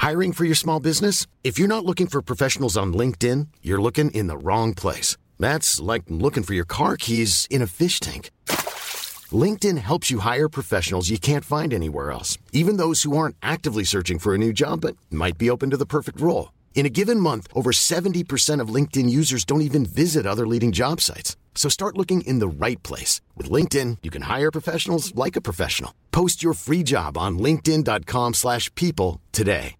Hiring for your small business? If you're not looking for professionals on LinkedIn, you're looking in the wrong place. That's like looking for your car keys in a fish tank. LinkedIn helps you hire professionals you can't find anywhere else, even those who aren't actively searching for a new job but might be open to the perfect role. In a given month, over 70% of LinkedIn users don't even visit other leading job sites. So start looking in the right place. With LinkedIn, you can hire professionals like a professional. Post your free job on linkedin.com/people today.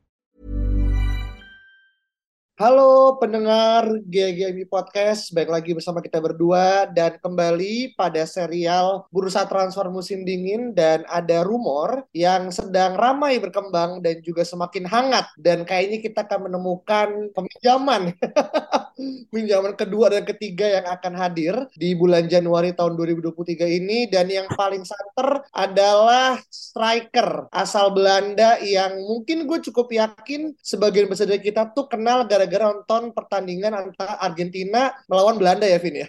Halo pendengar GGMI Podcast, baik lagi bersama kita berdua dan kembali pada serial Bursa Transfer Musim Dingin, dan ada rumor yang sedang ramai berkembang dan juga semakin hangat, dan kayaknya kita akan menemukan peminjaman pinjaman kedua dan ketiga yang akan hadir di bulan Januari tahun 2023 ini. Dan yang paling santer adalah striker asal Belanda yang mungkin gue cukup yakin sebagian besar dari kita tuh kenal gara-gara nonton pertandingan antara Argentina melawan Belanda ya, Vin ya.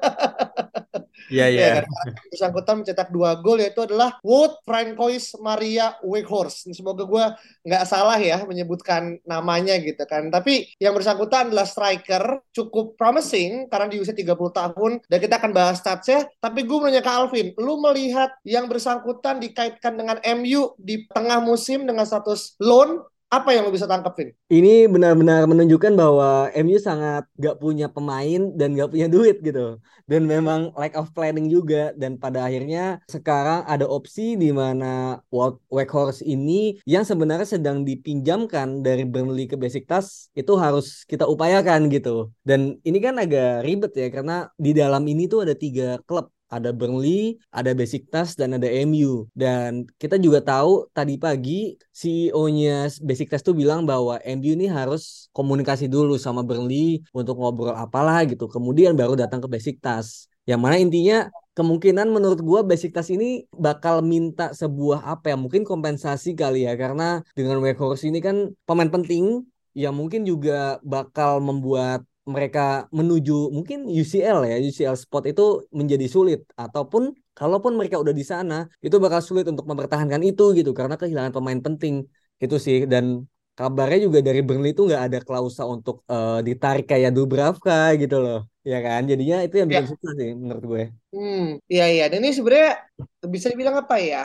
Iya, iya. Ya kan, bersangkutan mencetak 2 gol, yaitu adalah Wout Francois Maria Weghorst. Semoga gue nggak salah ya menyebutkan namanya gitu kan. Tapi yang bersangkutan adalah striker cukup promising karena di usia 30 tahun, dan kita akan bahas statsnya. Tapi gue mau nanya ke Alvin, lu melihat yang bersangkutan dikaitkan dengan MU di tengah musim dengan status loan, apa yang lo bisa tangkap, Vin? Ini benar-benar menunjukkan bahwa MU sangat gak punya pemain dan gak punya duit gitu. Dan memang lack of planning juga. Dan pada akhirnya sekarang ada opsi di mana Wout Weghorst ini yang sebenarnya sedang dipinjamkan dari Burnley ke Besiktas itu harus kita upayakan gitu. Dan ini kan agak ribet ya, karena di dalam ini tuh ada 3 klub. Ada Burnley, ada Besiktas, dan ada MU. Dan kita juga tahu tadi pagi CEO-nya Besiktas tuh bilang bahwa MU ini harus komunikasi dulu sama Burnley untuk ngobrol apalah gitu. Kemudian baru datang ke Besiktas. Yang mana intinya kemungkinan menurut gua Besiktas ini bakal minta sebuah apa ya, mungkin kompensasi kali ya. Karena dengan Weghorst ini kan pemain penting yang mungkin juga bakal membuat mereka menuju mungkin UCL ya, UCL spot itu menjadi sulit, ataupun kalaupun mereka udah di sana itu bakal sulit untuk mempertahankan itu gitu karena kehilangan pemain penting itu sih. Dan kabarnya juga dari Burnley itu nggak ada klausa untuk ditarik kayak Dubravka gitu loh ya kan, jadinya itu yang bikin Ya. susah sih menurut gue. Iya iya. Dan ini sebenarnya bisa dibilang apa ya?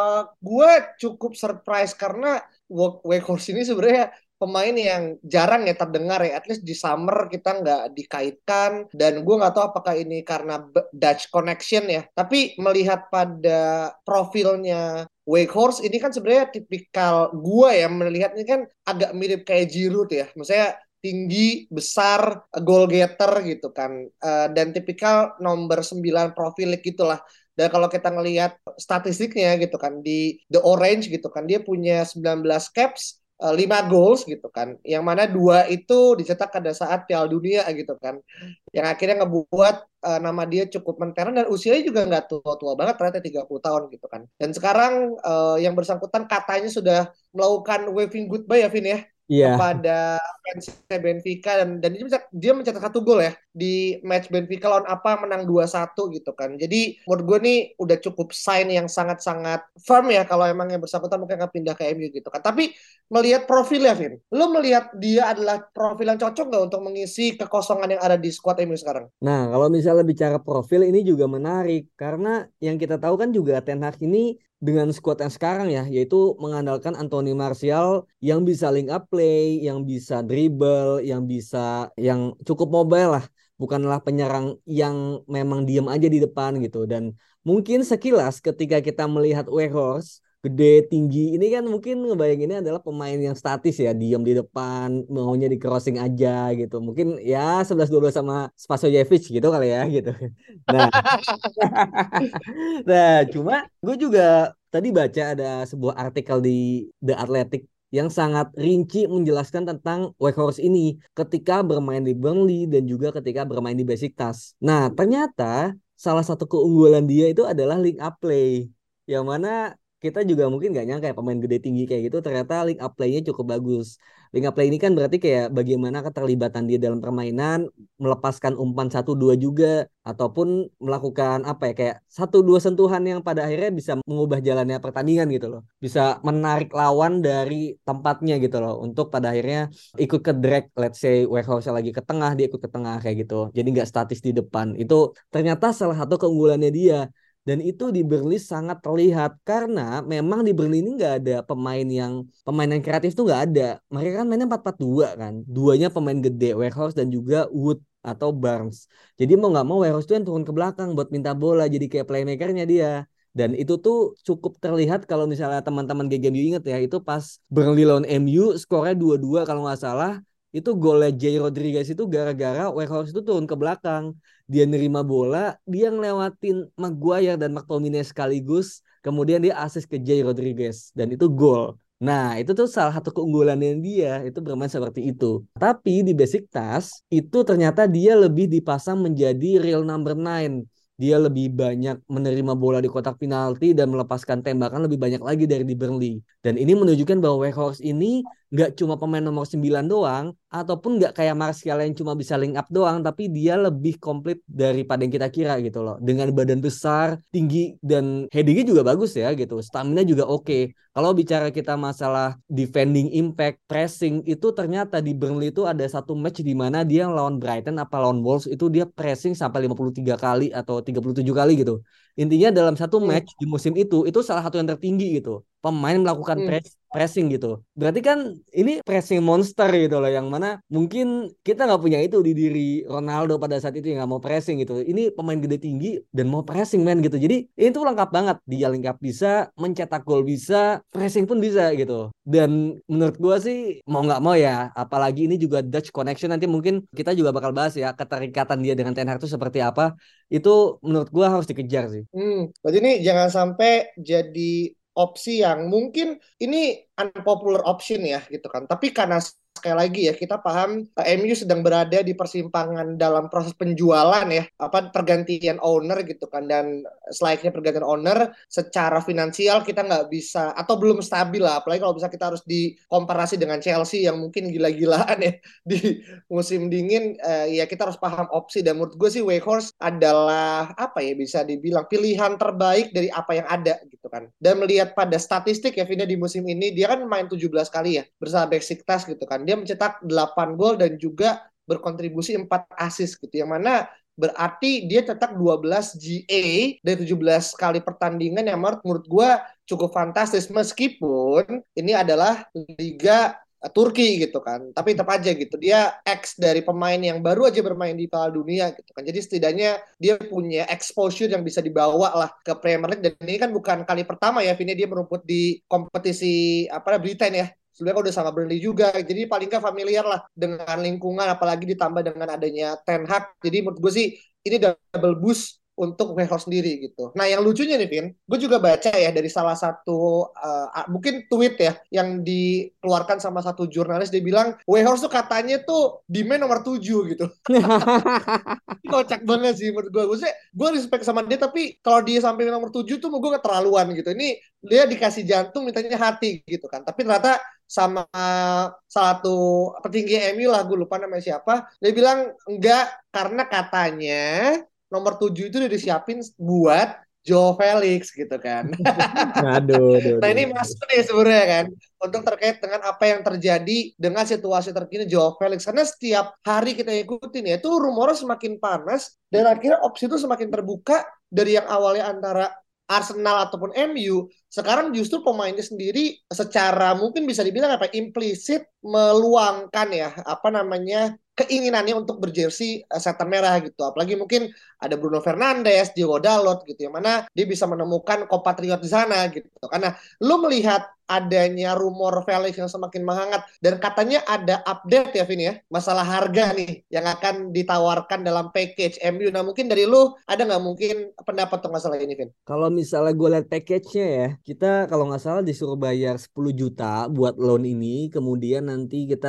Gue cukup surprise karena Weghorst ini sebenarnya pemain yang jarang ya terdengar ya. At least di summer kita nggak dikaitkan. Dan gue nggak tahu apakah ini karena Dutch connection ya. Tapi melihat pada profilnya Weghorst ini kan sebenarnya tipikal gue ya melihat ini kan agak mirip kayak Giroud ya. Maksudnya tinggi, besar, goal getter gitu kan. Dan tipikal nomor 9 profil gitulah. Dan kalau kita ngelihat statistiknya gitu kan di The Orange gitu kan, dia punya 19 caps, 5 goals gitu kan. Yang mana 2 itu dicetak pada saat Piala Dunia gitu kan. Yang akhirnya ngebuat nama dia cukup mentereng, dan usianya juga nggak tua-tua banget, ternyata 30 tahun gitu kan. Dan sekarang yang bersangkutan katanya sudah melakukan waving goodbye ya, Vin ya, Iya. kepada fans Benfica, dan dia mencetak 1 gol ya di match Benfica lawan apa, menang 2-1 gitu kan. Jadi menurut gue nih udah cukup sign yang sangat-sangat firm ya kalau emang yang bersangkutan mungkin akan pindah ke MU gitu kan. Tapi melihat profilnya, Vin, lo melihat dia adalah profil yang cocok nggak untuk mengisi kekosongan yang ada di squad MU sekarang? Nah, kalau misalnya bicara profil ini juga menarik karena yang kita tahu kan juga Ten Hag ini dengan skuad yang sekarang ya, yaitu mengandalkan Anthony Martial yang bisa link up play, yang bisa dribble, yang cukup mobile lah, bukanlah penyerang yang memang diam aja di depan gitu. Dan mungkin sekilas ketika kita melihat Weghorst gede tinggi ini kan mungkin ngebayanginnya adalah pemain yang statis ya, diam di depan, maunya di crossing aja gitu. Mungkin ya 11-12 sama Spasojevic gitu kali ya gitu. Nah, nah cuma gue juga tadi baca ada sebuah artikel di The Athletic yang sangat rinci menjelaskan tentang Weghorst ini ketika bermain di Burnley dan juga ketika bermain di Besiktas. Nah, ternyata salah satu keunggulan dia itu adalah link up play. Yang mana kita juga mungkin nggak nyangka ya pemain gede tinggi kayak gitu ternyata link up play-nya cukup bagus. Link up play ini kan berarti kayak bagaimana keterlibatan dia dalam permainan, melepaskan umpan 1-2 juga, ataupun melakukan apa ya kayak 1-2 sentuhan yang pada akhirnya bisa mengubah jalannya pertandingan gitu loh. Bisa menarik lawan dari tempatnya gitu loh untuk pada akhirnya ikut ke drag, let's say Weghorst lagi ke tengah, dia ikut ke tengah kayak gitu. Jadi nggak statis di depan. Itu ternyata salah satu keunggulannya dia. Dan itu di Burnley sangat terlihat karena memang di Burnley ini nggak ada pemain yang kreatif tuh nggak ada. Mereka kan mainnya 4-4-2 kan. Duanya pemain gede, Weghorst dan juga Wood atau Barnes. Jadi mau nggak mau Weghorst tuh yang turun ke belakang buat minta bola jadi kayak playmakernya dia. Dan itu tuh cukup terlihat kalau misalnya teman-teman GGMU inget ya, itu pas Burnley lawan MU skornya 2-2 kalau nggak salah. Itu golnya Jay Rodriguez itu gara-gara Weghorst itu turun ke belakang. Dia nerima bola, dia ngelewatin Maguire dan McTominay sekaligus, kemudian dia assist ke Jay Rodriguez dan itu gol. Nah, itu tuh salah satu keunggulannya dia, itu bermain seperti itu. Tapi di basic task, itu ternyata dia lebih dipasang menjadi real number 9. Dia lebih banyak menerima bola di kotak penalti dan melepaskan tembakan lebih banyak lagi dari di Burnley. Dan ini menunjukkan bahwa Weghorst ini nggak cuma pemain nomor 9 doang, ataupun nggak kayak Martial yang cuma bisa link up doang, tapi dia lebih komplit daripada yang kita kira gitu loh. Dengan badan besar, tinggi, dan headingnya juga bagus ya gitu. Stamina juga oke. Kalau bicara kita masalah defending impact, pressing, itu ternyata di Burnley itu ada satu match di mana dia lawan Brighton apa lawan Wolves itu dia pressing sampai 53 kali atau 37 kali gitu. Intinya dalam satu Hmm. match di musim itu salah satu yang tertinggi gitu. Pemain melakukan Hmm. pressing gitu. Berarti kan ini pressing monster gitu loh, yang mana mungkin kita nggak punya itu di diri Ronaldo pada saat itu yang nggak mau pressing gitu. Ini pemain gede tinggi dan mau pressing man gitu. Jadi itu lengkap banget. Dia lengkap bisa, mencetak gol bisa, pressing pun bisa gitu. Dan menurut gua sih mau nggak mau ya, apalagi ini juga Dutch connection, nanti mungkin kita juga bakal bahas ya keterikatan dia dengan Ten Hag itu seperti apa. Itu menurut gua harus dikejar sih. Berarti ini jangan sampai jadi opsi yang mungkin ini unpopular option ya gitu kan. Tapi karena sekali lagi ya kita paham MU sedang berada di persimpangan dalam proses penjualan ya, apa pergantian owner gitu kan, dan selayaknya pergantian owner secara finansial kita nggak bisa atau belum stabil lah, apalagi kalau bisa kita harus dikomparasi dengan Chelsea yang mungkin gila-gilaan ya di musim dingin. Ya kita harus paham opsi, dan menurut gue sih Weghorst adalah apa ya bisa dibilang pilihan terbaik dari apa yang ada gitu kan. Dan melihat pada statistik ya Vina di musim ini dia kan main 17 kali ya bersama Besiktas gitu kan. Dia mencetak 8 gol dan juga berkontribusi 4 assist gitu. Yang mana berarti dia cetak 12 GA dari 17 kali pertandingan yang menurut gue cukup fantastis, meskipun ini adalah Liga Turki gitu kan, tapi tetap aja gitu dia ex dari pemain yang baru aja bermain di Piala Dunia gitu kan, jadi setidaknya dia punya exposure yang bisa dibawa lah ke Premier League. Dan ini kan bukan kali pertama ya Vini dia merumput di kompetisi apa Britain ya, sebenarnya udah sama Burnley juga, jadi paling nggak familiar lah dengan lingkungan, apalagi ditambah dengan adanya Ten Hag. Jadi menurut gue sih ini double boost untuk Weghorst sendiri gitu. Nah yang lucunya nih Vin, gue juga baca ya dari salah satu mungkin tweet ya yang dikeluarkan sama satu jurnalis, dia bilang Weghorst tuh katanya tuh di main nomor 7 gitu. Kocak banget sih menurut gue. Maksudnya gue respect sama dia, tapi kalau dia sampai nomor 7 tuh gue keterlaluan gitu. Ini dia dikasih jantung mintanya hati gitu kan. Tapi ternyata sama salah satu petinggi MU lah, gue lupa namanya siapa, dia bilang enggak karena katanya nomor 7 itu udah disiapin buat Joe Felix gitu kan. Aduh, aduh, Nah aduh. ini masuk nih sebenarnya kan untuk terkait dengan apa yang terjadi dengan situasi terkini Joao Felix, karena setiap hari kita ikutin ya itu rumornya semakin panas dan akhirnya opsi itu semakin terbuka. Dari yang awalnya antara Arsenal ataupun MU, sekarang justru pemainnya sendiri secara mungkin bisa dibilang apa implisit meluangkan ya apa namanya keinginannya untuk berjersey setan merah gitu. Apalagi mungkin ada Bruno Fernandes, Diogo Dalot gitu, yang mana dia bisa menemukan kompatriot di sana gitu. Karena lu melihat adanya rumor Felix yang semakin menghangat dan katanya ada update ya Vin ya masalah harga nih yang akan ditawarkan dalam package MU. Nah mungkin dari lu ada nggak mungkin pendapat tentang masalah ini Vin? Kalau misalnya gue liat package-nya ya, kita kalau nggak salah disuruh bayar 10 juta buat loan ini, kemudian nanti kita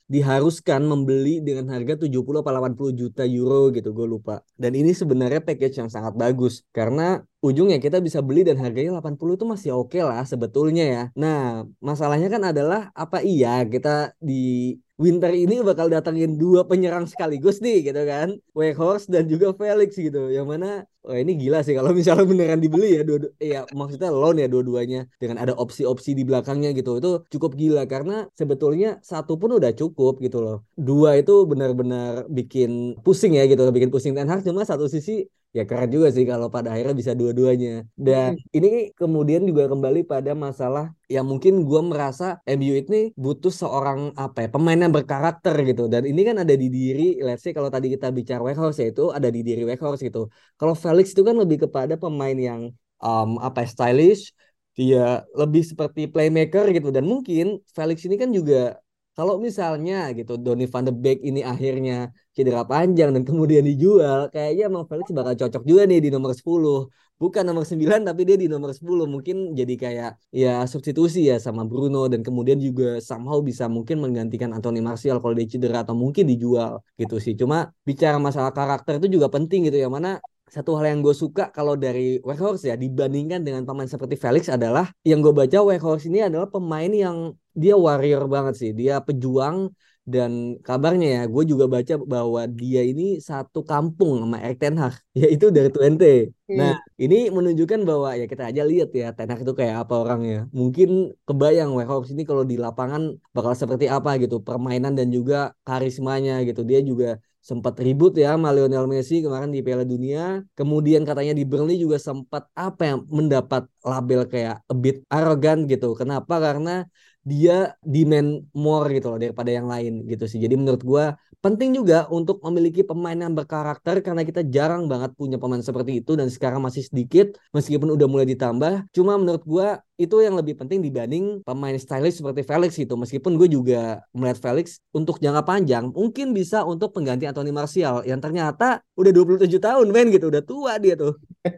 diharuskan membeli dengan harga 70 atau 80 juta euro gitu, gue lupa. Dan ini sebenarnya package yang sangat bagus karena ujungnya kita bisa beli dan harganya 80 itu masih oke lah sebetulnya ya. Nah, masalahnya kan adalah apa iya kita di winter ini bakal datangin dua penyerang sekaligus nih gitu kan. Weghorst dan juga Felix gitu. Yang mana wah ini gila sih kalau misalnya beneran dibeli ya ya maksudnya loan ya dua-duanya dengan ada opsi-opsi di belakangnya gitu. Itu cukup gila karena sebetulnya satu pun udah cukup gitu loh. Dua itu benar-benar bikin pusing ya gitu, bikin pusing Ten Hag. Cuma satu sisi ya keren juga sih kalau pada akhirnya bisa dua-duanya. Dan ini kemudian juga kembali pada masalah yang mungkin gue merasa MU ini butuh seorang apa ya pemain yang berkarakter gitu. Dan ini kan ada di diri, let's say kalau tadi kita bicara Weghorst ya itu ada di diri Weghorst gitu. Kalau Felix itu kan lebih kepada pemain yang apa ya, stylish, dia lebih seperti playmaker gitu. Dan mungkin Felix ini kan juga kalau misalnya gitu Donny van de Beek ini akhirnya cedera panjang dan kemudian dijual, kayaknya emang Felix bakal cocok juga nih di nomor 10. Bukan nomor 9 tapi dia di nomor 10. Mungkin jadi kayak ya substitusi ya sama Bruno dan kemudian juga somehow bisa mungkin menggantikan Anthony Martial kalau dia cedera atau mungkin dijual gitu sih. Cuma bicara masalah karakter itu juga penting gitu ya. Mana satu hal yang gue suka kalau dari Weghorst ya dibandingkan dengan pemain seperti Felix adalah yang gue baca Weghorst ini adalah pemain yang dia warrior banget sih. Dia pejuang dan kabarnya ya gue juga baca bahwa dia ini satu kampung sama Erik Ten Hag yaitu dari Twente. Nah ini menunjukkan bahwa ya kita aja lihat ya Ten Hag itu kayak apa orangnya. Mungkin kebayang Weghorst ini kalau di lapangan bakal seperti apa gitu permainan dan juga karismanya gitu. Dia juga sempat ribut ya sama Lionel Messi kemarin di Piala Dunia. Kemudian katanya di Burnley juga sempat apa yang mendapat label kayak a bit arrogant gitu. Kenapa? Karena dia demand more gitu loh daripada yang lain gitu sih. Jadi menurut gue penting juga untuk memiliki pemain yang berkarakter karena kita jarang banget punya pemain seperti itu dan sekarang masih sedikit meskipun udah mulai ditambah. Cuma menurut gue itu yang lebih penting dibanding pemain stylish seperti Felix gitu. Meskipun gue juga melihat Felix untuk jangka panjang mungkin bisa untuk pengganti Anthony Martial yang ternyata udah 27 tahun men gitu, udah tua dia tuh.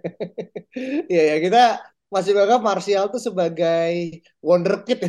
Iya ya kita masih menganggap Martial tuh sebagai wonderkid.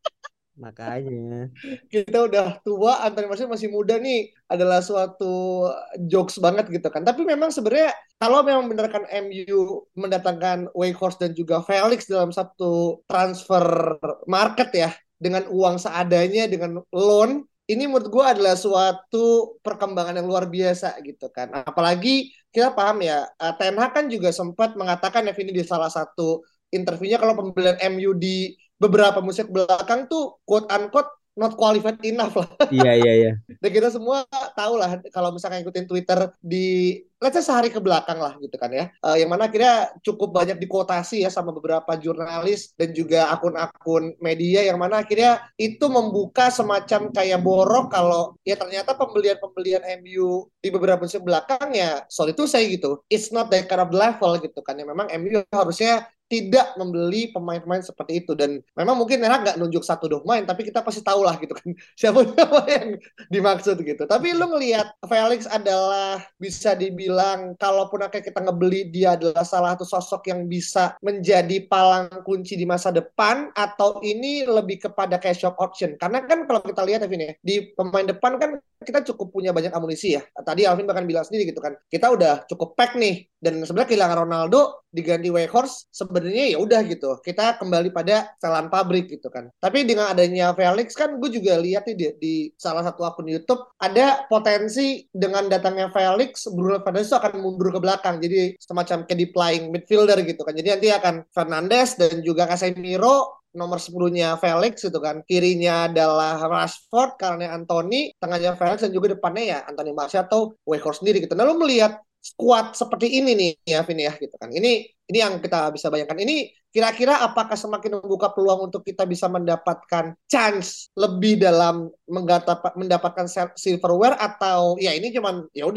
Makanya. Kita udah tua, Anthony Martial masih muda nih adalah suatu jokes banget gitu kan. Tapi memang sebenarnya kalau memang benarkan MU mendatangkan Weghorst dan juga Felix dalam satu transfer market ya dengan uang seadanya dengan loan, ini menurut gue adalah suatu perkembangan yang luar biasa gitu kan. Apalagi kita paham ya, Ten Hag kan juga sempat mengatakan ya ini di salah satu interviewnya kalau pembelian MU di beberapa musim belakang tuh quote unquote not qualified enough lah. Iya iya iya. Dan kita semua tahu lah kalau misalkan ngikutin Twitter di let's say sehari ke belakang lah gitu kan ya. Yang mana akhirnya cukup banyak dikuotasi ya sama beberapa jurnalis dan juga akun-akun media yang mana akhirnya itu membuka semacam kayak borok kalau ya ternyata pembelian-pembelian MU di beberapa musim belakang ya sorry to say gitu. It's not that kind of level gitu kan. Ya memang MU harusnya tidak membeli pemain-pemain seperti itu dan memang mungkin Enak nggak nunjuk satu dua pemain tapi kita pasti tahu lah gitu kan siapa yang dimaksud gitu. Tapi lu ngelihat Felix adalah bisa dibilang kalaupun akhirnya kita ngebeli dia adalah salah satu sosok yang bisa menjadi palang kunci di masa depan atau ini lebih kepada kayak shock option karena kan kalau kita lihat Alvin ya di pemain depan kan kita cukup punya banyak amunisi ya. Tadi Alvin bahkan bilang sendiri gitu kan kita udah cukup pack nih dan sebenarnya kehilangan Ronaldo diganti Weghorst sebenarnya ya udah gitu kita kembali pada setelan pabrik gitu kan tapi dengan adanya Felix kan gue juga lihat nih di salah satu akun YouTube ada potensi dengan datangnya Felix Bruno Fernandes akan mundur ke belakang jadi semacam kayak di playing midfielder gitu kan jadi nanti akan Fernandes dan juga Casemiro nomor 10-nya Felix gitu kan kirinya adalah Rashford karena Anthony tengahnya Felix dan juga depannya ya Anthony Martial atau Weghorst sendiri gitu nah lo melihat squad seperti ini nih ya Vin ya gitu kan. Ini yang kita bisa bayangkan. Ini kira-kira apakah semakin membuka peluang untuk kita bisa mendapatkan chance lebih dalam mendapatkan silverware atau ya ini cuman ya udahlah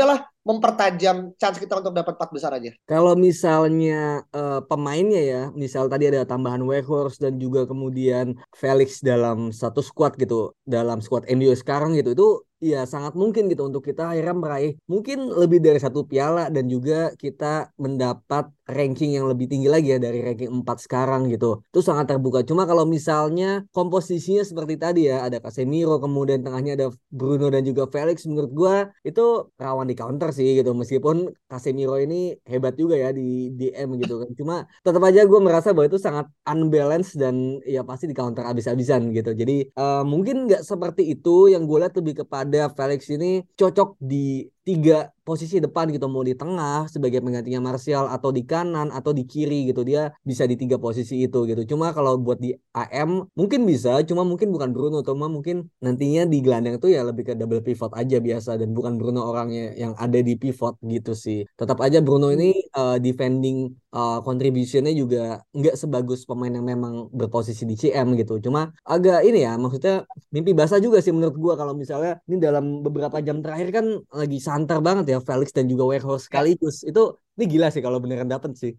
mempertajam chance kita untuk dapat 4 besar aja. Kalau misalnya pemainnya ya, misal tadi ada tambahan Weghorst dan juga kemudian Felix dalam satu squad gitu, dalam squad MU sekarang gitu, itu ya sangat mungkin gitu untuk kita akhirnya meraih mungkin lebih dari satu piala dan juga kita mendapat ranking yang lebih tinggi lagi ya dari ranking 4 sekarang gitu. Itu sangat terbuka. Cuma kalau misalnya komposisinya seperti tadi ya, ada Casemiro, kemudian tengahnya ada Bruno dan juga Felix, menurut gua itu rawan di counter sih gitu. Meskipun Casemiro ini hebat juga ya di DM gitu kan. Cuma tetap aja gue merasa bahwa itu sangat unbalanced dan ya pasti di counter abis-abisan gitu. Jadi mungkin nggak seperti itu, yang gue lihat lebih kepada Felix ini cocok di tiga posisi depan gitu, mau di tengah sebagai penggantinya Martial atau di kanan atau di kiri gitu, dia bisa di tiga posisi itu gitu. Cuma kalau buat di AM mungkin bisa, cuma mungkin bukan Bruno, cuma mungkin nantinya di gelandang itu ya lebih ke double pivot aja biasa dan bukan Bruno orangnya yang ada di pivot gitu sih. Tetap aja Bruno ini defending contributionnya juga nggak sebagus pemain yang memang berposisi di CM gitu. Cuma agak ini ya, maksudnya mimpi basah juga sih menurut gua kalau misalnya ini dalam beberapa jam terakhir kan lagi santer banget ya Felix dan juga Weghorst Ya. sekaligus. Itu ini gila sih kalau beneran dapet sih.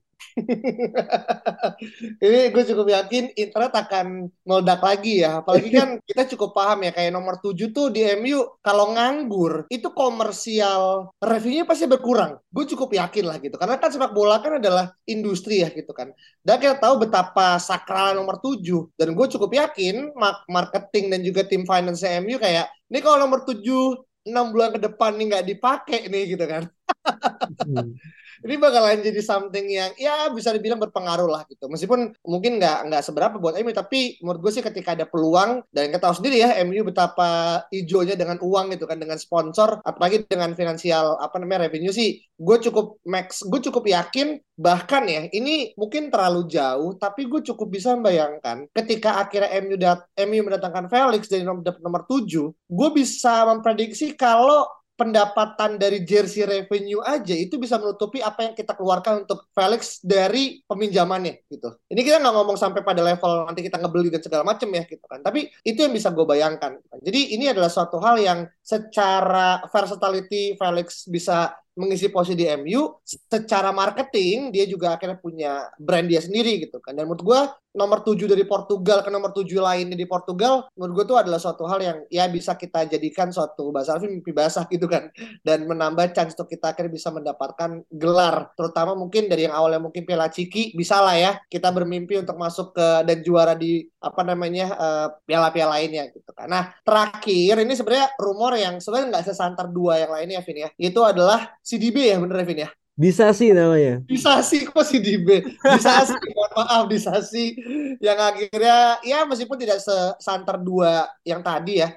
Ini gue cukup yakin internet akan meledak lagi ya. Apalagi kan kita cukup paham ya, kayak nomor 7 tuh di MU kalau nganggur itu komersial revenue pasti berkurang. Gue cukup yakin lah gitu. Karena kan sepak bola kan adalah industri ya gitu kan. Dan kita tahu betapa sakral nomor 7. Dan gue cukup yakin marketing dan juga tim finance MU kayak, ini kalau nomor 7 6 bulan ke depan nih nggak dipakai nih gitu kan. Hmm. Ini bakalan jadi something yang ya bisa dibilang berpengaruh lah gitu. Meskipun mungkin nggak seberapa buat MU, tapi menurut gue sih ketika ada peluang, dan kita tahu sendiri ya MU betapa hijaunya dengan uang gitu kan, dengan sponsor, apalagi dengan finansial apa namanya revenue sih, gue cukup yakin, bahkan ya ini mungkin terlalu jauh, tapi gue cukup bisa membayangkan ketika akhirnya MU mendatangkan Felix dari nomor 7, gue bisa memprediksi kalau pendapatan dari jersey revenue aja itu bisa menutupi apa yang kita keluarkan untuk Felix dari peminjamannya gitu. Ini kita nggak ngomong sampai pada level nanti kita ngebeli dan segala macam ya gitu kan. Tapi itu yang bisa gue bayangkan. Jadi ini adalah suatu hal yang secara versatility Felix bisa mengisi posisi di MU, secara marketing dia juga akhirnya punya brand dia sendiri gitu kan. Dan menurut gue nomor 7 dari Portugal ke nomor 7 lainnya di Portugal, menurut gue itu adalah suatu hal yang ya bisa kita jadikan suatu bahasa Alfi mimpi basah gitu kan, dan menambah chance untuk kita akhirnya bisa mendapatkan gelar, terutama mungkin dari yang awalnya mungkin Piala Ciki, bisa lah ya kita bermimpi untuk masuk ke dan juara di apa namanya piala-piala lainnya gitu kan. Nah terakhir ini sebenarnya rumor yang sebenarnya nggak sesantar dua yang lainnya Vin ya, itu adalah CDB ya, bener ya Vin ya? Bisa sih namanya. Bisa sih kok si Dibe, bisa sih, mohon maaf, bisa sih yang akhirnya ya meskipun tidak sesanter dua yang tadi ya,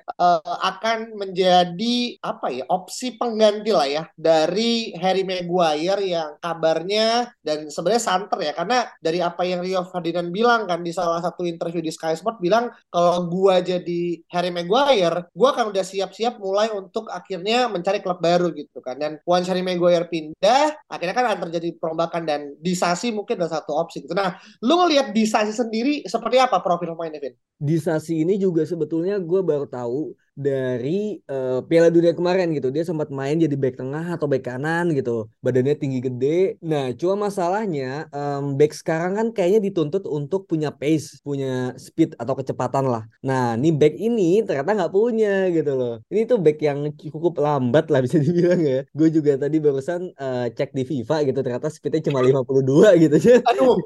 akan menjadi apa ya, opsi pengganti lah ya dari Harry Maguire yang kabarnya, dan sebenarnya santer ya karena dari apa yang Rio Ferdinand bilang kan di salah satu interview di Sky Sport, bilang kalau gua jadi Harry Maguire gua akan udah siap-siap mulai untuk akhirnya mencari klub baru gitu kan. Dan once Harry Maguire pindah, akhirnya kan akan terjadi perombakan, dan Disasi mungkin adalah satu opsi gitu. Nah, lu ngelihat Disasi sendiri seperti apa profil pemainnya, Vin? Disasi ini juga sebetulnya gue baru tahu dari Piala Dunia kemarin gitu. Dia sempat main jadi back tengah atau back kanan gitu. Badannya tinggi gede. Nah, cuma masalahnya back sekarang kan kayaknya dituntut untuk punya pace, punya speed atau kecepatan lah. Nah, nih back ini ternyata nggak punya gitu loh. Ini tuh back yang cukup lambat lah bisa dibilang ya. Gue juga tadi barusan cek di FIFA gitu, ternyata speednya cuma 52 gitu. Aduh,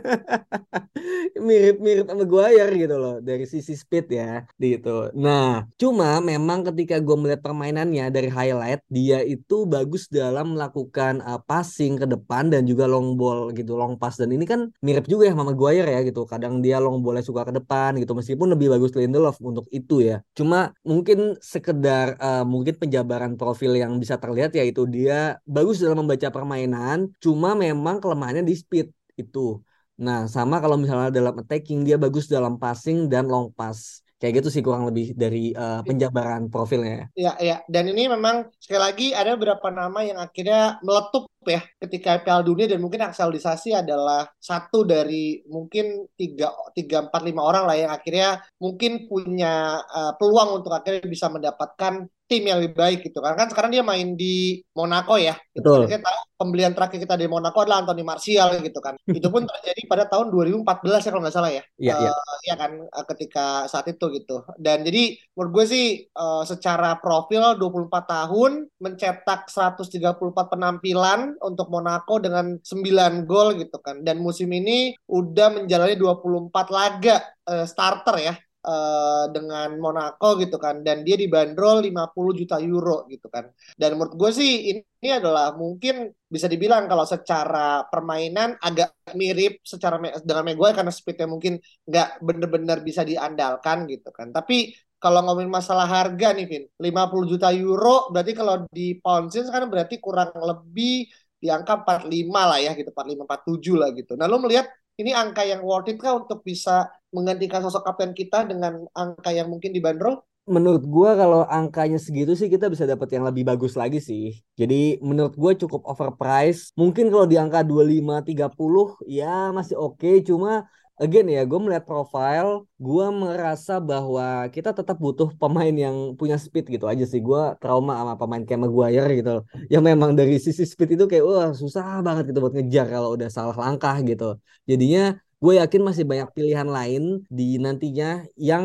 Mirip-mirip sama Maguire gitu loh dari sisi speed ya gitu. Nah, cuma memang ketika gue melihat permainannya dari highlight, dia itu bagus dalam melakukan passing ke depan dan juga long ball gitu, long pass. Dan ini kan mirip juga ya sama Maguire ya gitu. Kadang dia long ballnya suka ke depan gitu, meskipun lebih bagus Lindelof untuk itu ya. Cuma mungkin sekedar mungkin penjabaran profil yang bisa terlihat, yaitu dia bagus dalam membaca permainan, cuma memang kelemahannya di speed itu. Nah, sama kalau misalnya dalam attacking, dia bagus dalam passing dan long pass. Kayak gitu sih kurang lebih dari penjabaran profilnya. ya, ya. Dan ini memang sekali lagi ada beberapa nama yang akhirnya meletup ya ketika Piala Dunia, dan mungkin Axel Disasi adalah satu dari mungkin tiga empat lima orang lah yang akhirnya mungkin punya peluang untuk akhirnya bisa mendapatkan tim yang lebih baik gitu kan. Kan sekarang dia main di Monaco ya gitu kan. Betul. Kita tahu pembelian terakhir kita di Monaco adalah Anthony Martial gitu kan. Itu pun terjadi pada tahun 2014 ya kalau nggak salah ya. Iya, iya. Ya kan ketika saat itu gitu. Dan jadi menurut gue sih secara profil 24 tahun mencetak 134 penampilan untuk Monaco dengan 9 gol gitu kan. Dan musim ini udah menjalani 24 laga starter ya dengan Monaco gitu kan, dan dia dibanderol 50 juta euro gitu kan. Dan menurut gue sih ini adalah mungkin bisa dibilang kalau secara permainan agak mirip dengan Maguire karena speednya mungkin nggak bener-bener bisa diandalkan gitu kan. Tapi kalau ngomongin masalah harga nih Vin, 50 juta euro berarti kalau di pounds kan berarti kurang lebih di angka 45 lah ya gitu, 45 47 lah gitu. Nah, lo melihat ini angka yang worth it kah untuk bisa menggantikan sosok kapten kita dengan angka yang mungkin dibanderol? Menurut gua kalau angkanya segitu sih kita bisa dapat yang lebih bagus lagi sih. Jadi menurut gua cukup overpriced. Mungkin kalau di angka 25 30 ya masih oke, cuma again ya gue melihat profile, gua merasa bahwa kita tetap butuh pemain yang punya speed gitu aja sih. Gua trauma sama pemain kayak Maguire gitu loh. Yang memang dari sisi speed itu kayak wah susah banget gitu buat ngejar kalau udah salah langkah gitu. Jadinya gue yakin masih banyak pilihan lain di nantinya yang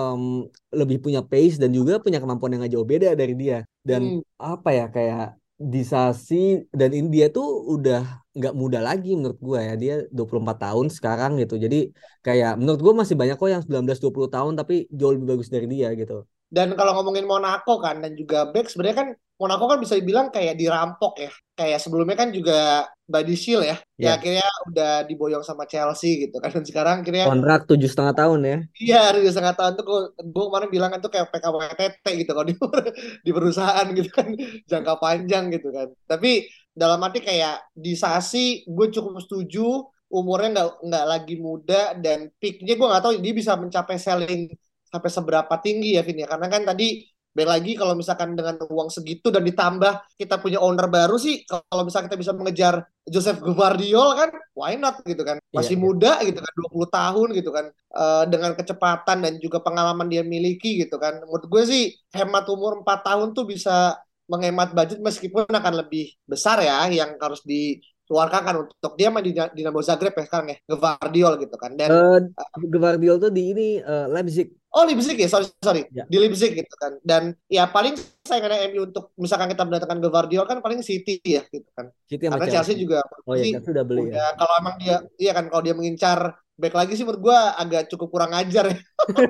lebih punya pace dan juga punya kemampuan yang gak jauh beda dari dia. Dan Hmm. apa ya kayak Disasi dan India tuh udah nggak muda lagi menurut gue ya. Dia 24 tahun sekarang gitu. Jadi kayak menurut gue masih banyak kok yang 19 20 tahun tapi jauh lebih bagus dari dia gitu. Dan kalau ngomongin Monaco kan dan juga Beck sebenarnya kan Monaco kan bisa dibilang kayak dirampok ya. Kayak sebelumnya kan juga Body Shield ya. Ya Ya, akhirnya udah diboyong sama Chelsea gitu kan. Dan sekarang akhirnya kontrak 7,5 tahun ya. iya, Rio setengah tahun tuh gue kemarin bilang kan tuh kayak PKWTT gitu kalau di, di perusahaan gitu kan jangka panjang gitu kan. Tapi dalam arti kayak di Sasi gue cukup setuju umurnya nggak lagi muda dan peaknya gue nggak tahu dia bisa mencapai selling sampai seberapa tinggi ya Vin ya karena kan tadi baik lagi kalau misalkan dengan uang segitu dan ditambah kita punya owner baru sih kalau misalkan kita bisa mengejar Joseph Gvardiol kan why not gitu kan Iya, masih iya. muda gitu kan 20 tahun gitu kan dengan kecepatan dan juga pengalaman dia miliki gitu kan menurut gue sih hemat umur 4 tahun tuh bisa menghemat budget meskipun akan lebih besar ya yang harus dikeluarkan kan untuk dia main di Dinamo Zagreb ya sekarang ya Gvardiol gitu kan dan Eh Gvardiol tuh di ini Leipzig. oh Leipzig ya, sorry. Ya, Di Leipzig gitu kan. Dan ya paling saingannya MU untuk misalkan kita mendatangkan Gvardiol kan paling City ya gitu kan. City sama Karena Chelsea Chelsea. juga Oh ya, sih Chelsea udah beli ya. udah kalau emang dia iya kan kalau dia mengincar back lagi sih menurut gua agak cukup kurang ajar ya.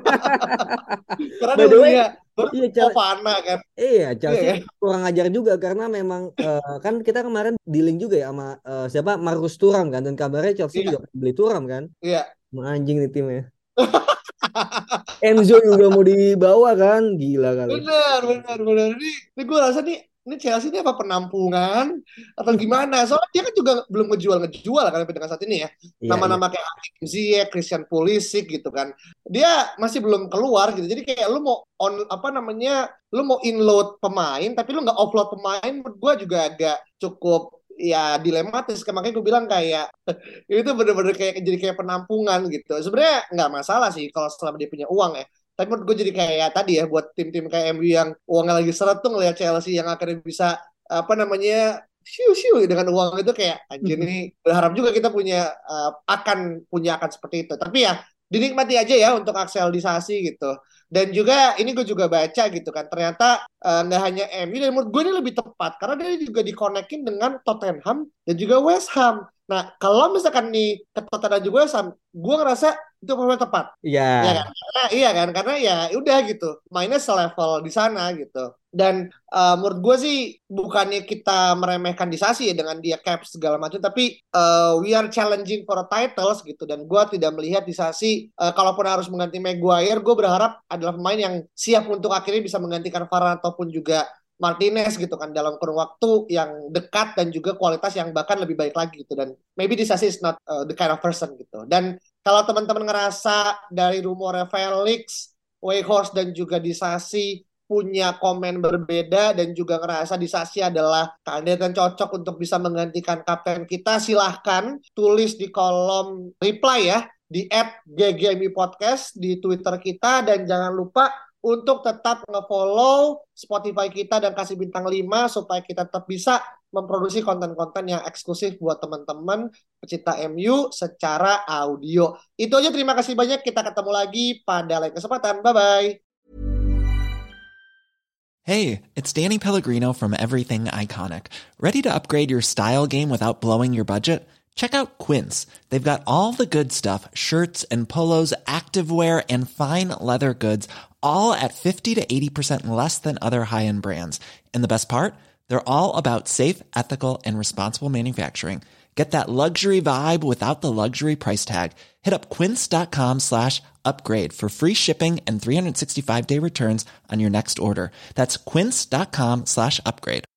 Karena By dia the way, punya baru iya Fofana kan. iya, Iya Chelsea kan? kurang ajar juga karena memang kan kita kemarin dealing juga ya sama siapa Marcus Thuram kan dan kabarnya Chelsea Iya, juga beli Thuram kan. iya. Emang anjing nih timnya. Enzo juga mau dibawa kan, gila kali. Benar. Ini gue rasa nih, ini Chelsea ini apa penampungan atau gimana? Soalnya dia kan juga belum ngejual kan sampai dengan saat ini ya. Iya, iya. Nama-nama kayak Hakim Ziyech, Christian Pulisic gitu kan. Dia masih belum keluar gitu. Jadi kayak lu mau on apa namanya, lu mau inload pemain tapi lu nggak offload pemain, menurut gue juga agak cukup ya dilematis. Makanya gue bilang kayak itu bener-bener kayak jadi kayak penampungan gitu. Sebenarnya nggak masalah sih kalau selama dia punya uang ya. Tapi menurut gue jadi kayak tadi ya buat tim-tim kayak MU yang uangnya lagi seret tuh ngeliat Chelsea yang akhirnya bisa apa namanya siu dengan uang itu kayak anjir nih berharap juga kita punya akan seperti itu. Tapi ya dinikmati aja ya untuk akselisasi gitu. Dan juga ini gue juga baca gitu kan ternyata nggak hanya MU dan menurut gue ini lebih tepat karena dia juga dikonekin dengan Tottenham dan juga West Ham. Nah kalau misalkan nih ke Tottenham dan juga West Ham, gue ngerasa itu pemain tepat. Iya. Iya kan? Iya kan? Karena ya udah gitu, mainnya selevel di sana gitu. Dan menurut gue sih bukannya kita meremehkan Disasi ya dengan dia cap segala macam, tapi we are challenging for a titles gitu. Dan gue tidak melihat Disasi kalaupun harus mengganti Maguire, gue berharap adalah pemain yang siap untuk akhirnya bisa menggantikan Varane ataupun juga Martinez gitu kan dalam kurun waktu yang dekat dan juga kualitas yang bahkan lebih baik lagi gitu. Dan maybe Disasi is not the kind of person gitu. Dan kalau teman-teman ngerasa dari rumornya Felix, Weghorst dan juga Disasi punya komen berbeda dan juga ngerasa Disasi adalah kandidat yang cocok untuk bisa menggantikan kapten kita, silahkan tulis di kolom reply ya di @ggmi podcast di Twitter kita dan jangan lupa untuk tetap nge-follow Spotify kita dan kasih bintang 5 supaya kita tetap bisa memproduksi konten-konten yang eksklusif buat teman-teman pecinta MU secara audio. Itu aja, terima kasih banyak. Kita ketemu lagi pada lain kesempatan. Bye-bye. Hey, it's Danny Pellegrino from Everything Iconic. Ready to upgrade your style game without blowing your budget? Check out Quince. They've got all the good stuff, shirts and polos, activewear, and fine leather goods, all at 50 to 80% less than other high-end brands. And the best part? They're all about safe, ethical, and responsible manufacturing. Get that luxury vibe without the luxury price tag. Hit up quince.com/upgrade for free shipping and 365-day returns on your next order. That's quince.com/upgrade.